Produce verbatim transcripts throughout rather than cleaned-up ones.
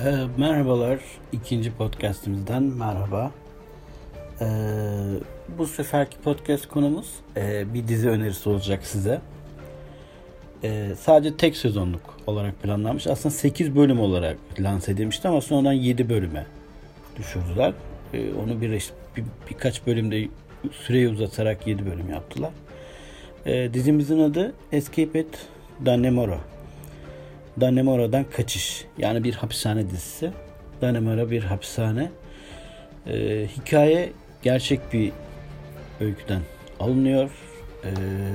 Ee, merhabalar, ikinci podcastimizden merhaba. Ee, bu seferki podcast konumuz e, bir dizi önerisi olacak size. Ee, sadece tek sezonluk olarak planlanmış. Aslında sekiz bölüm olarak lanse edilmişti ama sonradan yedi bölüme düşürdüler. Ee, onu bir, bir birkaç bölümde süreyi uzatarak yedi bölüm yaptılar. Ee, dizimizin adı Escape at Dannemora. Dannemora'dan kaçış. Yani bir hapishane dizisi. Dannemora bir hapishane. Ee, hikaye gerçek bir öyküden alınıyor. Ee,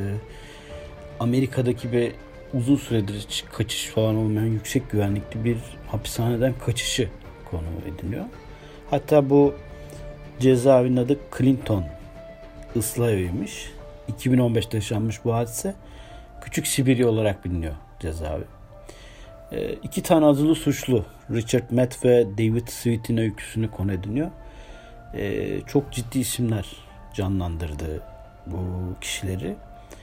Amerika'daki bir uzun süredir hiç kaçış falan olmayan yüksek güvenlikli bir hapishaneden kaçışı konu ediniyor. Hatta bu cezaevinin adı Clinton ıslah eviymiş. iki bin on beşte yaşanmış bu hadise. Küçük Sibirya olarak biliniyor cezaevi. E, iki tane azılı suçlu Richard Matt ve David Sweet'in öyküsünü konu ediniyor. E, çok ciddi isimler canlandırdı bu kişileri.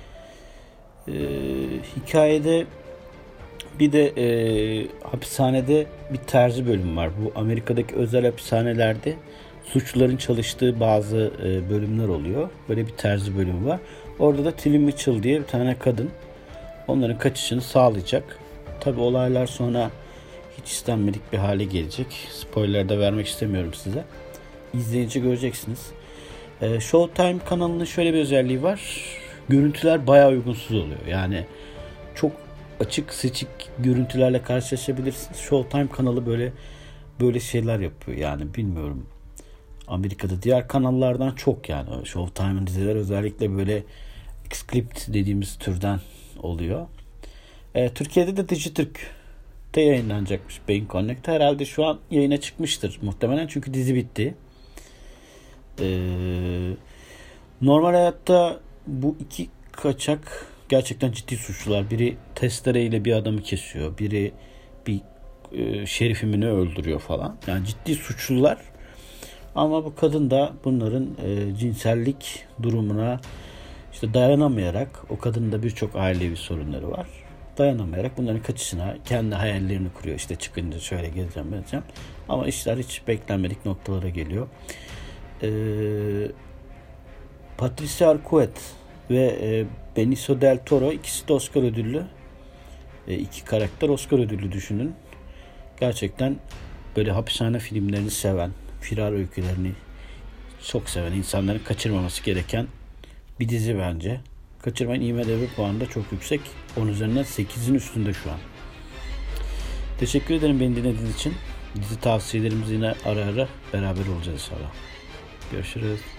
E, hikayede bir de e, hapishanede bir terzi bölüm var. Bu Amerika'daki özel hapishanelerde suçluların çalıştığı bazı e, bölümler oluyor. Böyle bir terzi bölümü var. Orada da Tilly Mitchell diye bir tane kadın onların kaçışını sağlayacak. Tabi olaylar sonra hiç istenmedik bir hale gelecek. Spoiler da vermek istemiyorum size. İzleyince göreceksiniz. Ee, Showtime kanalının şöyle bir özelliği var. Görüntüler bayağı uygunsuz oluyor. Yani çok açık seçik görüntülerle karşılaşabilirsiniz. Showtime kanalı böyle böyle şeyler yapıyor. Yani bilmiyorum. Amerika'da diğer kanallardan çok yani. Showtime'ın dizileri özellikle böyle X-Clipped dediğimiz türden oluyor. E, Türkiye'de de Dijitürk'te yayınlanacakmış Beyin Connect. Herhalde şu an yayına çıkmıştır muhtemelen çünkü dizi bitti. E, normal hayatta bu iki kaçak gerçekten ciddi suçlular. Biri testereyle bir adamı kesiyor. Biri bir e, şerifimini öldürüyor falan. Yani ciddi suçlular. Ama bu kadın da bunların e, cinsellik durumuna işte dayanamayarak, o kadının da birçok ailevi sorunları var. Dayanamayarak bunların kaçışına kendi hayallerini kuruyor. İşte çıkınca şöyle gezeceğim, gezeceğim. Ama işler hiç beklenmedik noktalara geliyor. Ee, Patricia Arquette ve e, Benicio del Toro ikisi de Oscar ödüllü. E, iki karakter Oscar ödüllü düşünün. Gerçekten böyle hapishane filmlerini seven, firar öykülerini çok seven insanların kaçırmaması gereken bir dizi bence. Kaçırmayın. IMDb puanı da çok yüksek. on üzerinden sekizin üstünde şu an. Teşekkür ederim beni dinlediğiniz için. Dizi tavsiyelerimizi yine ara ara beraber olacağız inşallah. Görüşürüz.